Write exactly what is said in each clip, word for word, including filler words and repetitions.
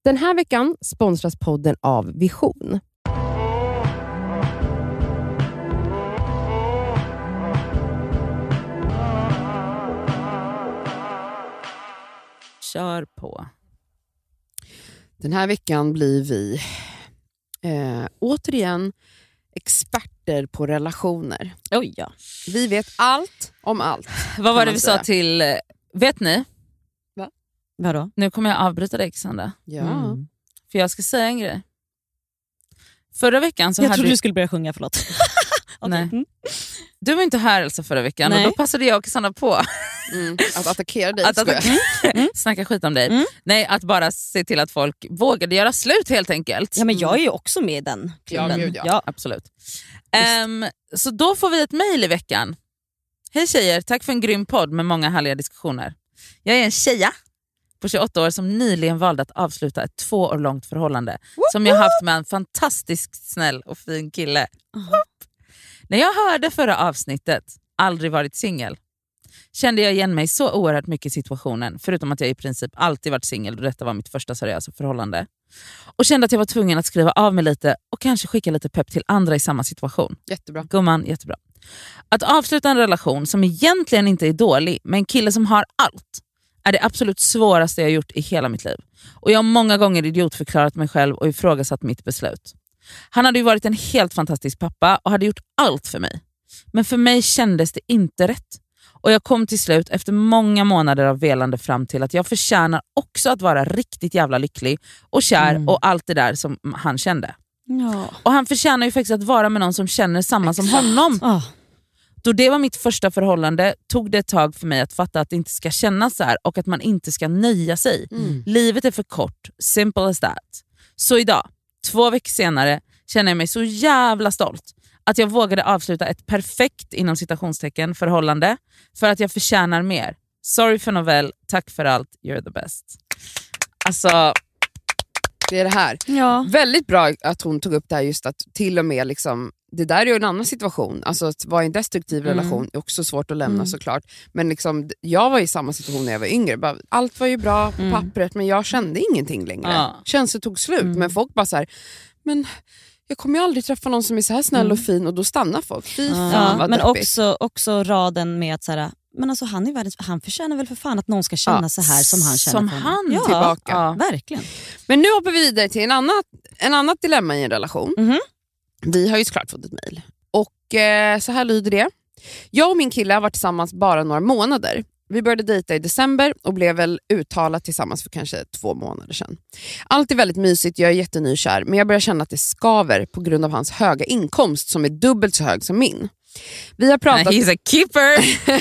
Den här veckan sponsras podden av Vision. Kör på. Den här veckan blir vi eh, återigen experter på relationer. Oj ja. Vi vet allt om allt. Vad var det vi säga. sa till... Vet ni? Va? Vadå? Nu kommer jag avbryta dig, Sandra. Ja. Mm. För jag ska säga en grej. Förra veckan så jag hade... trodde du skulle börja sjunga, förlåt. Okay. Nej. Mm. Du var inte här alltså förra veckan. Nej. Och då passade jag och Sandra på. Mm. Att attackera dig. Att attackera. Mm. Snacka skit om dig. Mm. Nej, att bara se till att folk vågade göra slut helt enkelt. Ja, men jag är ju också med i den. Ja, gud, ja. ja, absolut. Um, så då får vi ett mejl i veckan. Hej tjejer, tack för en grym podd med många härliga diskussioner. Jag är en tjeja på tjugoåtta år som nyligen valde att avsluta ett två år långt förhållande Woop! som jag haft med en fantastiskt snäll och fin kille. Uh-huh. När jag hörde förra avsnittet, aldrig varit singel, kände jag igen mig så oerhört mycket i situationen, förutom att jag i princip alltid varit singel då detta var mitt första seriösa förhållande. Och kände att jag var tvungen att skriva av mig lite och kanske skicka lite pepp till andra i samma situation. Jättebra. Gumman, jättebra. Att avsluta en relation som egentligen inte är dålig, med en kille som har allt, är det absolut svåraste jag gjort i hela mitt liv. Och jag har många gånger idiotförklarat mig själv och ifrågasatt mitt beslut. Han hade ju varit en helt fantastisk pappa och hade gjort allt för mig. Men för mig kändes det inte rätt. Och jag kom till slut efter många månader av velande fram till att jag förtjänar också att vara riktigt jävla lycklig och kär mm. och allt det där som han kände. Ja. Och han förtjänar ju faktiskt att vara med någon som känner samma Exakt. som honom. Oh. Då det var mitt första förhållande tog det ett tag för mig att fatta att det inte ska kännas så här och att man inte ska nöja sig. Mm. Livet är för kort, simple as that. Så idag, två veckor senare, känner jag mig så jävla stolt att jag vågade avsluta ett perfekt inom citationstecken förhållande för att jag förtjänar mer. Sorry för novell, tack för allt, you're the best. Alltså... Det är det här. Ja. Väldigt bra att hon tog upp det här, just att till och med liksom, det där är ju en annan situation. Alltså att vara i en destruktiv mm. relation är också svårt att lämna mm. såklart. Men liksom, jag var i samma situation när jag var yngre. Bara, allt var ju bra på mm. pappret, men jag kände ingenting längre. Ja. Känslor tog slut, mm. men folk bara så här, men jag kommer ju aldrig träffa någon som är så här snäll mm. och fin, och då stannar folk. Fy fan, ja. vad men deppigt. också, också raden med att så här, men alltså han är världens, han förtjänar väl för fan att någon ska känna ja. så här som han känner. Som för han ja. tillbaka. Ja, verkligen. Men nu hoppar vi vidare till en annat, en annat dilemma i en relation. Mm-hmm. Vi har ju såklart fått ett mejl. Och eh, så här lyder det. Jag och min kille har varit tillsammans bara några månader. Vi började dejta i december och blev väl uttalat tillsammans för kanske två månader sedan. Allt är väldigt mysigt, jag är jättenykär, men jag börjar känna att det skaver på grund av hans höga inkomst som är dubbelt så hög som min. Vi har pratat He's a keeper.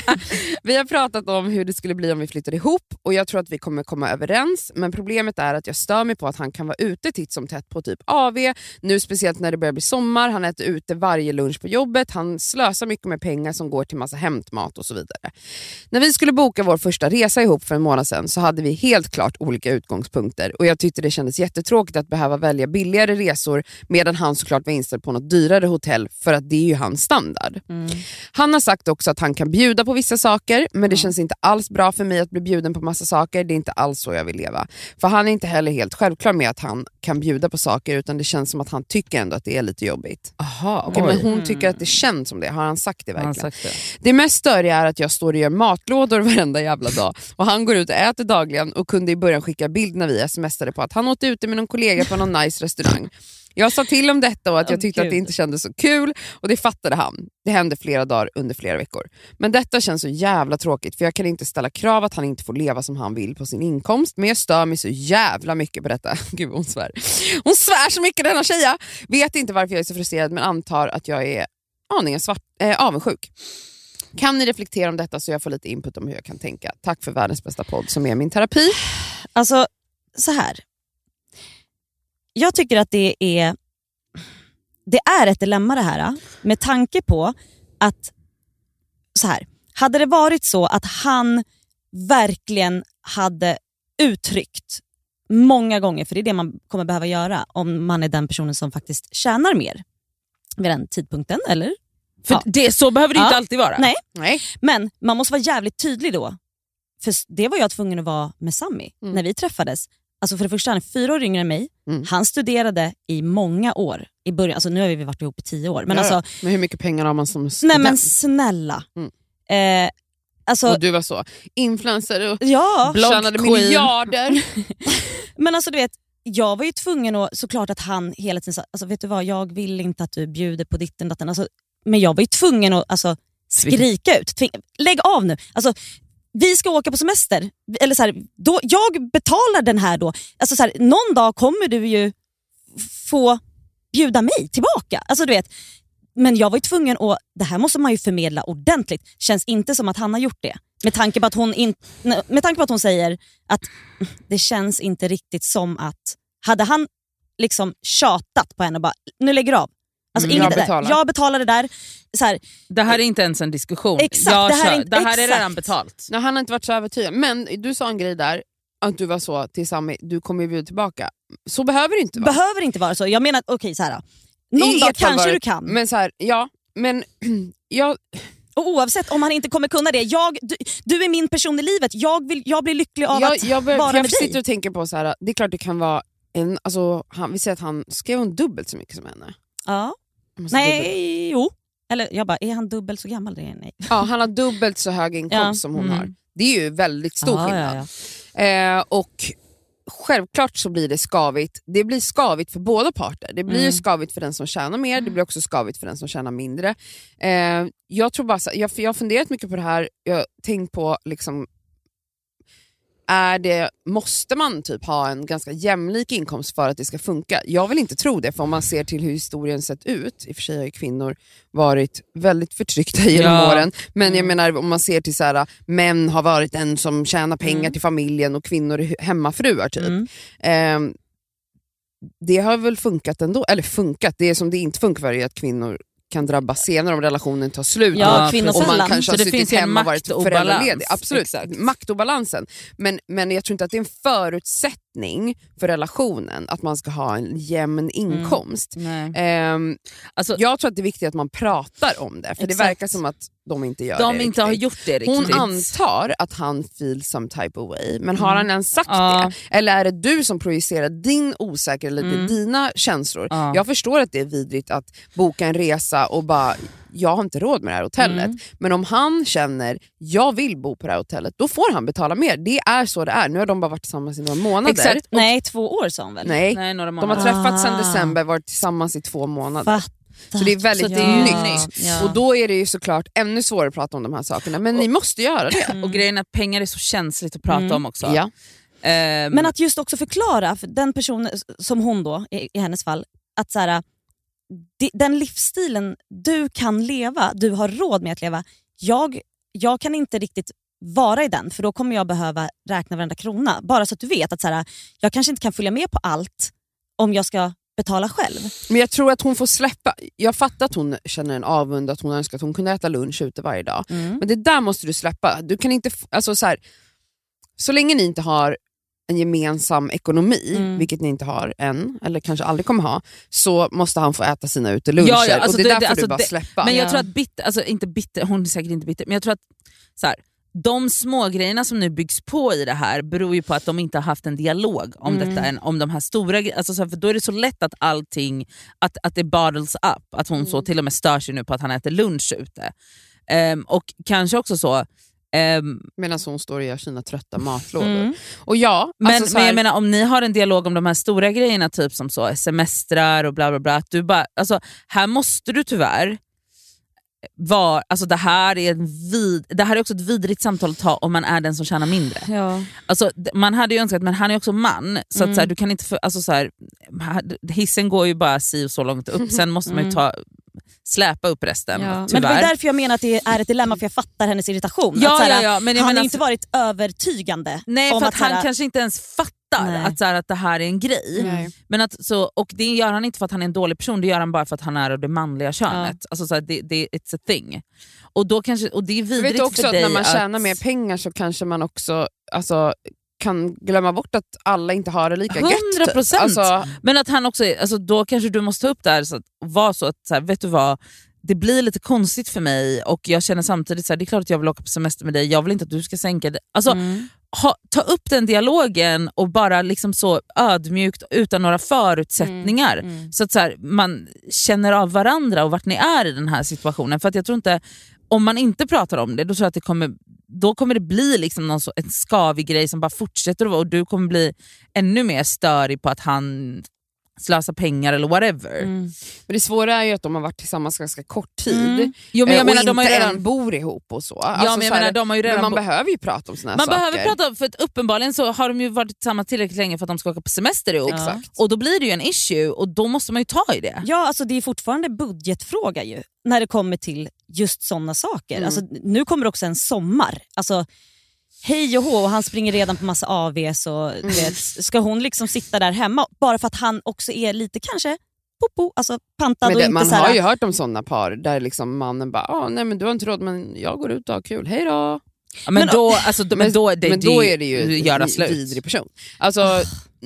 Vi har pratat om hur det skulle bli om vi flyttar ihop, och jag tror att vi kommer komma överens, men problemet är att jag stör mig på att han kan vara ute titt som tätt på typ A V, nu speciellt när det börjar bli sommar. Han äter ute varje lunch på jobbet, han slösar mycket med pengar som går till massa hämtmat och så vidare. När vi skulle boka vår första resa ihop för en månad sedan så hade vi helt klart olika utgångspunkter, och jag tyckte det kändes jättetråkigt att behöva välja billigare resor medan han såklart var inställd på något dyrare hotell, för att det är ju hans standard. Mm. Han har sagt också att han kan bjuda på vissa saker, men det mm. känns inte alls bra för mig att bli bjuden på massa saker. Det är inte alls så jag vill leva. För han är inte heller helt självklar med att han kan bjuda på saker, utan det känns som att han tycker ändå att det är lite jobbigt. Aha, okay, men hon mm. tycker att det känns som det. Har han sagt det verkligen? Sagt det. Det mest störiga är att jag står och gör matlådor varenda jävla dag, och han går ut och äter dagligen och kunde i början skicka bild när vi smsade på att han åt ute med någon kollega på någon nice restaurang. Jag sa till om detta och att jag tyckte oh, att det inte kändes så kul, och det fattade han. Det hände flera dagar under flera veckor. Men detta känns så jävla tråkigt, för jag kan inte ställa krav att han inte får leva som han vill på sin inkomst, men jag stör mig så jävla mycket på detta. Gud, hon svär. Hon svär så mycket, denna tjeja. Vet inte varför jag är så frustrerad, men antar att jag är aningen svart, äh, avundsjuk. Kan ni reflektera om detta så jag får lite input om hur jag kan tänka? Tack för världens bästa podd som är min terapi. Alltså, så här. Jag tycker att det är det är ett dilemma det här, med tanke på att så här, hade det varit så att han verkligen hade uttryckt många gånger, för det är det man kommer behöva göra om man är den personen som faktiskt tjänar mer vid den tidpunkten, eller? För ja. det, så behöver det ja. inte alltid vara. Nej. Nej, men man måste vara jävligt tydlig då. För det var jag tvungen att vara med Sammy mm. när vi träffades. alltså för det första han är fyra år yngre än mig. Mm. Han studerade i många år i början, alltså nu har vi varit ihop i tio år. Men, ja, alltså, men hur mycket pengar har man som student? Nej men snälla. Mm. Eh, alltså, och du var så influencer och ja, tjänade miljarder. Men alltså du vet, jag var ju tvungen att, såklart att han hela tiden sa, alltså vet du vad, jag vill inte att du bjuder på ditten datten. Alltså, men jag var ju tvungen att alltså, skrika ut, tving, lägg av nu. Alltså, vi ska åka på semester, eller så här, då, jag betalar den här då. Alltså, så här, någon dag kommer du ju få bjuda mig tillbaka. Alltså, du vet, men jag var ju tvungen att, det här måste man ju förmedla ordentligt. Känns inte som att han har gjort det. Med tanke på att hon, in, med tanke på att hon säger att det känns inte riktigt som att, hade han liksom tjatat på henne och bara, nu lägger du av. Alltså mm, inget jag, betalar. Där. jag betalar det där. Så här, det här är inte ens en diskussion. Exakt, jag det här, är, kör, inte, det här exakt. är redan betalt. Nej, han har inte varit så övertygad. Men du sa en grej där, att du var så till Sami, du kommer ju bjuda tillbaka. Så behöver det inte vara. Behöver inte vara så. Jag menar, okej okay, så här. Någon dag kanske varit, du kan. Men så här, ja, men jag... Och oavsett om han inte kommer kunna det, jag, du, du är min person i livet, jag, vill, jag blir lycklig av jag, att jag bör, vara med jag dig. sitter och tänker på så här, det är klart det kan vara en, alltså, han, vi säger att han skrev hon dubbelt så mycket som henne. Ja. Nej, dubbelt. Jo. Eller jag bara, är han dubbelt så gammal? Det är nej. Ja, han har dubbelt så hög inkomst ja. som hon mm. har. Det är ju väldigt stor ah, skillnad. Ja, ja. Eh, och självklart så blir det skavigt. Det blir skavigt för båda parter. Det blir mm. ju skavigt för den som tjänar mer. Det blir också skavigt för den som tjänar mindre. Eh, jag tror bara så, jag, jag har funderat mycket på det här. Jag har tänkt på liksom, är det, måste man typ ha en ganska jämlik inkomst för att det ska funka? Jag vill inte tro det, för om man ser till hur historien sett ut, i och för sig har kvinnor varit väldigt förtryckta genom ja. åren, men jag mm. menar om man ser till så här, män har varit den som tjänar pengar mm. till familjen och kvinnor är hemmafruar typ. Mm. Eh, det har väl funkat ändå, eller funkat, det som det inte funkar för är att kvinnor kan drabbas senare om relationen tar slut ja, och, och man kanske har suttit hemma och varit föräldraledig. Absolut, exakt. Maktobalansen. Men, men jag tror inte att det är en förutsättning för relationen att man ska ha en jämn inkomst. Mm. Um, alltså, jag tror att det är viktigt att man pratar om det, för exakt. det verkar som att de inte gör de det inte riktigt. har gjort det riktigt. Hon antar att han feels some type of way, men har han ens sagt ja. det? Eller är det du som projicerar din osäkerhet, eller mm. dina känslor? Ja. Jag förstår att det är vidrigt att boka en resa och bara, jag har inte råd med det här hotellet. Mm. Men om han känner, jag vill bo på det här hotellet, då får han betala mer. Det är så det är. Nu har de bara varit tillsammans i några månader. Exakt. Nej, två år sa hon väl? Nej, Nej några de har träffats sedan december, varit tillsammans i två månader. Fatt. Så det är väldigt det är nytt. Ja. Och då är det ju såklart ännu svårare att prata om de här sakerna. Men och, ni måste göra det. Mm. Och grejen är att pengar är så känsligt att prata mm. om också. Ja. Um, Men att just också förklara för den personen som hon då, i, i hennes fall, att så här, den livsstilen du kan leva, du har råd med att leva, jag, jag kan inte riktigt vara i den, för då kommer jag behöva räkna varenda krona. Bara så att du vet att så här, jag kanske inte kan följa med på allt om jag ska betala själv. Men jag tror att hon får släppa. Jag fattar att hon känner en avund, att hon önskar att hon kunde äta lunch ute varje dag. Mm. Men det där måste du släppa. Du kan inte, alltså så här, så länge ni inte har en gemensam ekonomi, mm. vilket ni inte har än, eller kanske aldrig kommer ha, så måste han få äta sina uteluncher. Ja, ja, alltså och det, det där får alltså du bara det, släppa. Men jag ja. tror att bitter, alltså inte bitter, hon är säkert inte bitter, men jag tror att så här, de små grejerna som nu byggs på i det här beror ju på att de inte har haft en dialog om mm. detta, om de här stora grejerna. Alltså, för då är det så lätt att allting, att, att det bottles up, att hon mm. så till och med stör sig nu på att han äter lunch ute. Um, och kanske också så Um, medan hon står och gör sina trötta matlådor. Mm. Och ja, men, alltså så här... men jag menar, om ni har en dialog om de här stora grejerna, typ som så semestrar och bla bla bla, att du bara, alltså, här måste du tyvärr vara, alltså det här är en vid, det här är också ett vidrigt samtal att ta om man är den som tjänar mindre. Ja. Alltså, man hade ju önskat, men han är också man, så att mm. så här, du kan inte för, alltså, så här, hissen går ju bara si och så långt upp, sen måste man ju ta släpa upp resten. Ja. Men det är därför jag menar att det är ett dilemma, för jag fattar hennes irritation. Ja, att, såhär, ja, ja, men han har inte varit övertygande. Nej, om för att, att han såhär, kanske inte ens fattar att, såhär, att det här är en grej. Nej. Men att, så, och det gör han inte för att han är en dålig person, det gör han bara för att han är av det manliga könet. Ja. Alltså, såhär, det, det, it's a thing. Och, då kanske, och det är vidrigt vet också för att dig när man att... tjänar mer pengar så kanske man också, alltså, kan glömma bort att alla inte har det lika hundra procent. gött. Alltså... Men att han också, alltså, då kanske du måste ta upp det här så att, var så att, såhär, vet du vad, det blir lite konstigt för mig och jag känner samtidigt så här, det är klart att jag vill åka på semester med dig, jag vill inte att du ska sänka det. Alltså, mm. ha, ta upp den dialogen och bara liksom så ödmjukt utan några förutsättningar. Mm, mm. Så att så här, man känner av varandra och vart ni är i den här situationen. För att jag tror inte, om man inte pratar om det, då tror jag att det kommer, då kommer det bli liksom någon så, en skavig grej som bara fortsätter att vara, och du kommer bli ännu mer störig på att han slösa pengar eller whatever. Mm. Men det svåra är ju att de har varit tillsammans ganska kort tid. Mm. Jo, men jag och menar, inte de har ju redan... än bor ihop och så. Ja, Alltså, men jag så här, menar, de har ju redan men man bo... behöver ju prata om såna här Man saker. behöver prata, för att uppenbarligen så har de ju varit tillsammans tillräckligt länge för att de ska åka på semester ihop. Ja. Exakt. Och då blir det ju en issue och då måste man ju ta i det. Ja, alltså det är fortfarande budgetfråga ju när det kommer till just sådana saker. Mm. Alltså, nu kommer också en sommar. Alltså, hej och hå, och han springer redan på massa A Vs och Mm. vet, ska hon liksom sitta där hemma bara för att han också är lite kanske popo, alltså pantad Men och det, inte man så här, har ju hört om sådana par där liksom mannen bara, ah, nej men du har inte råd men jag går ut och har kul, hej då. Ja, men, Men- då, alltså, då, men, då, det, men då är det ju det, en göra slut. vidrig person. Alltså,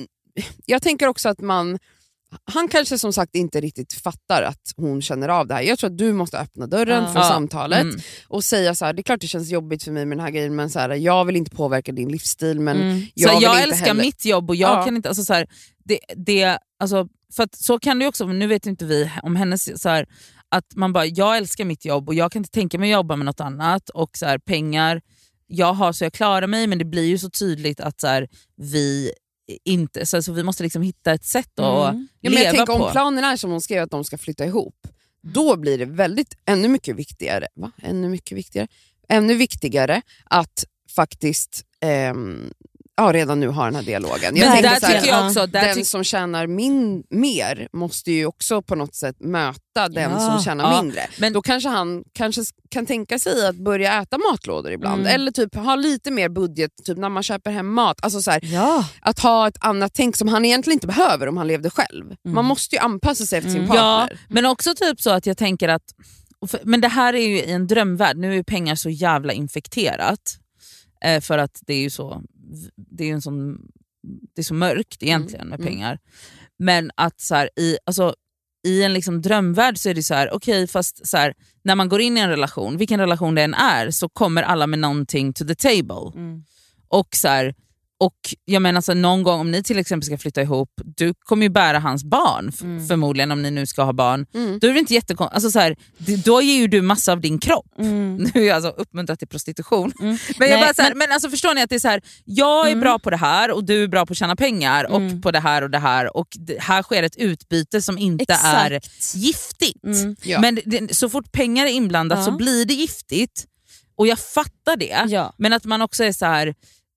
jag tänker också att man, han kanske som sagt inte riktigt fattar att hon känner av det här. Jag tror att du måste öppna dörren Ja. för Ja. samtalet Mm. och säga så här, det är klart det känns jobbigt för mig med den här grejen, men så här, jag vill inte påverka din livsstil, men Mm. jag, så vill jag inte älskar heller. mitt jobb och jag Ja. kan inte, alltså så här, det, det, alltså, för att så kan det ju också, nu vet inte vi om hennes så här, att man bara, jag älskar mitt jobb och jag kan inte tänka mig att jobba med något annat, och så här, pengar jag har så jag klarar mig, men det blir ju så tydligt att så här, vi inte, så alltså, vi måste liksom hitta ett sätt att Mm. Ja, men jag leva tänker på. om planen är som hon skrev att de ska flytta ihop, då blir det väldigt ännu mycket viktigare, va? Ännu mycket viktigare, ännu viktigare att faktiskt ehm, ja, redan nu ha den här dialogen. Men tänker där så här, tycker jag också, där den tyck- som tjänar min, mer måste ju också på något sätt möta den Ja. som tjänar Ja, mindre. men- Då kanske han kanske kan tänka sig att börja äta matlådor ibland, Mm. eller typ ha lite mer budget typ när man köper hem mat. Alltså så här, Ja. att ha ett annat tänk som han egentligen inte behöver om han levde själv. Mm. Man måste ju anpassa sig efter sin Mm. Ja, partner. men också typ så att jag tänker att, men det här är ju i en drömvärld, nu är ju pengar så jävla infekterat, eh, för att det är ju så, det är ju en sån, det är så mörkt egentligen med Mm. pengar. Men att så här, i, alltså, i en liksom drömvärld så är det så här, okej, fast så här, när man går in i en relation, vilken relation det än är, så kommer alla med någonting to the table. Mm. Och så här, och jag menar så här, någon gång om ni till exempel ska flytta ihop, du kommer ju bära hans barn f- Mm. förmodligen om ni nu ska ha barn. Mm. Då är det inte jättekonstigt, alltså så här, det- då ger ju du massa av din kropp. Mm. Nu är jag alltså uppmuntrat till prostitution. Mm. Men, jag Nej, bara så här, men alltså förstår ni att det är så här, jag är Mm. bra på det här och du är bra på att tjäna pengar och Mm. på det här och det här, och det, här sker ett utbyte som inte är Exakt. giftigt. Mm. Ja. Men det, så fort pengar är inblandat Ja. så blir det giftigt, och jag fattar det. Ja. Men att man också är så här.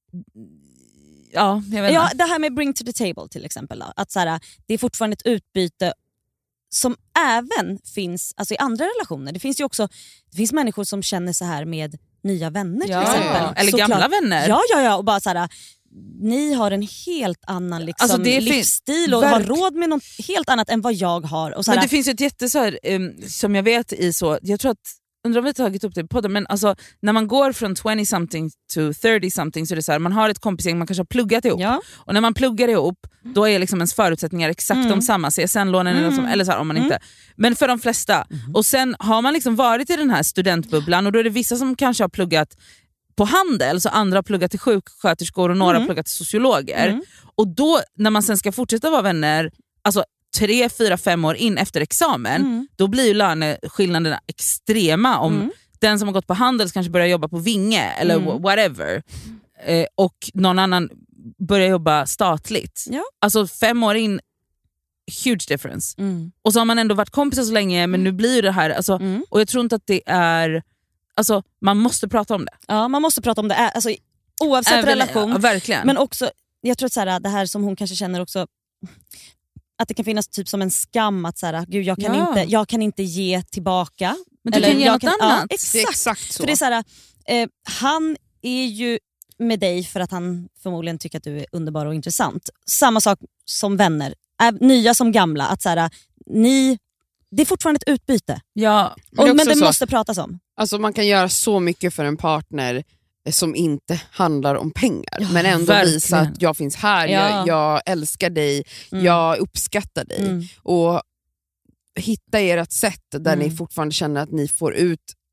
Ja, jag vet Ja, inte. det här med bring to the table till exempel. Då. Att så här, det är fortfarande ett utbyte som även finns alltså i andra relationer. Det finns ju också det finns människor som känner så här med nya vänner Ja, till exempel. ja. Eller Såklart. gamla vänner. Ja, ja, ja. Och bara så här, ni har en helt annan liksom, Alltså, det fin- livsstil och verk- har råd med något helt annat än vad jag har. Och så Men här, det finns ju ett jätte så här, um, som jag vet i så, jag tror att, undrar om vi har tagit upp det i podden, men alltså, när man går från twenty something to thirty something så är det så här, man har ett kompisgäng, man kanske har pluggat ihop. ja. Och när man pluggar ihop, då är liksom ens förutsättningar exakt Mm. de samma. C S N-lånen eller, något som, eller så här, om man Mm. inte. Men för de flesta. Och sen har man liksom varit i den här studentbubblan, och då är det vissa som kanske har pluggat på handel, så andra har pluggat till sjuksköterskor och några Mm. har pluggat till sociologer. Mm. Och då, när man sen ska fortsätta vara vänner, alltså tre, fyra, fem år in efter examen, Mm. då blir ju löneskillnaderna extrema om Mm. den som har gått på handel kanske börjar jobba på Vinge eller Mm. wh- whatever, eh, och någon annan börjar jobba statligt. Ja. Alltså fem år in, huge difference. Mm. Och så har man ändå varit kompisar så länge, men nu blir det här, alltså, Mm. och jag tror inte att det är, alltså man måste prata om det. Ja, man måste prata om det, alltså, oavsett Även- relation. Ja, verkligen. Men också, jag tror att så här, det här som hon kanske känner också, att det kan finnas typ som en skam att så här, gud, jag, kan Ja. inte, jag kan inte ge tillbaka. Men du Eller kan ge jag något kan- annat. Ja, Det är exakt. exakt så. För det är så här, eh, han är ju med dig för att han förmodligen tycker att du är underbar och intressant. Samma sak som vänner, är nya som gamla. Att så här, ni, det är fortfarande ett utbyte. Ja, Men det är Och, men också det så- måste pratas om. Alltså man kan göra så mycket för en partner som inte handlar om pengar, Ja, men ändå verkligen. visa att jag finns här, Ja. jag, jag älskar dig, Mm. jag uppskattar dig. Mm. Och hitta ert sätt där Mm. ni fortfarande känner att ni får ut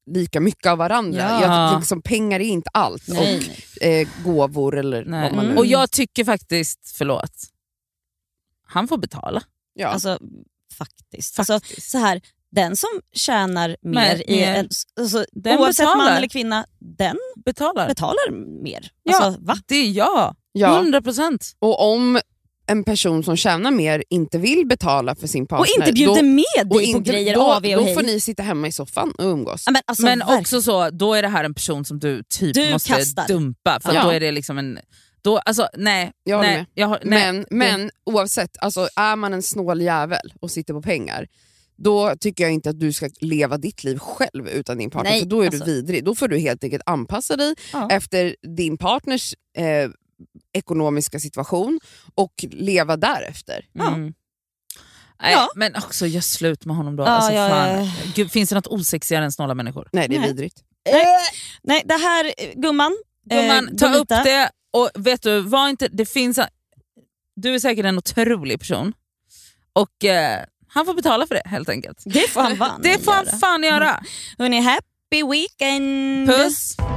lika mycket av varandra. Ja. Jag, liksom, pengar är inte allt. Nej, och nej. Eh, gåvor eller Nej. vad man nu... Och jag tycker faktiskt, förlåt, han får betala. ja. Alltså faktiskt. Faktiskt. Alltså, så här, den som tjänar mer, Men, i mer. en, alltså, Den oavsett betalar. man eller kvinna, den Betalar. betalar mer. Ja, Alltså, va? det är jag. ja. hundra procent. Och om en person som tjänar mer inte vill betala för sin partner... Och inte bjuder då, med och dig på inte, grejer då, av och då hej. får ni sitta hemma i soffan och umgås. Ja, men alltså, Men verkligen. också så, då är det här en person som du typ Du måste kastar. dumpa. För Ja. då är det liksom en... Då, alltså, nej, Jag håller nej, med. jag, har- nej. Men, men oavsett, alltså, är man en snål jävel och sitter på pengar, då tycker jag inte att du ska leva ditt liv själv utan din partner. Nej, för då är alltså. du vidrig. Då får du helt enkelt anpassa dig Ja. efter din partners eh, ekonomiska situation och leva därefter. Mm. Nej, Ja. men också gör slut med honom då. Ja, alltså, ja, fan. ja. Gud, finns det något osexigare än snåla människor? Nej, det är Nej. vidrigt. Nej, det här, gumman. Gumman, eh, ta upp Gomita. det och vet du, var inte, det finns, du är säkert en otrolig person och eh, han får betala för det helt enkelt. Det får han fan Det får han göra. fan göra. Hörrni, happy weekend! Puss!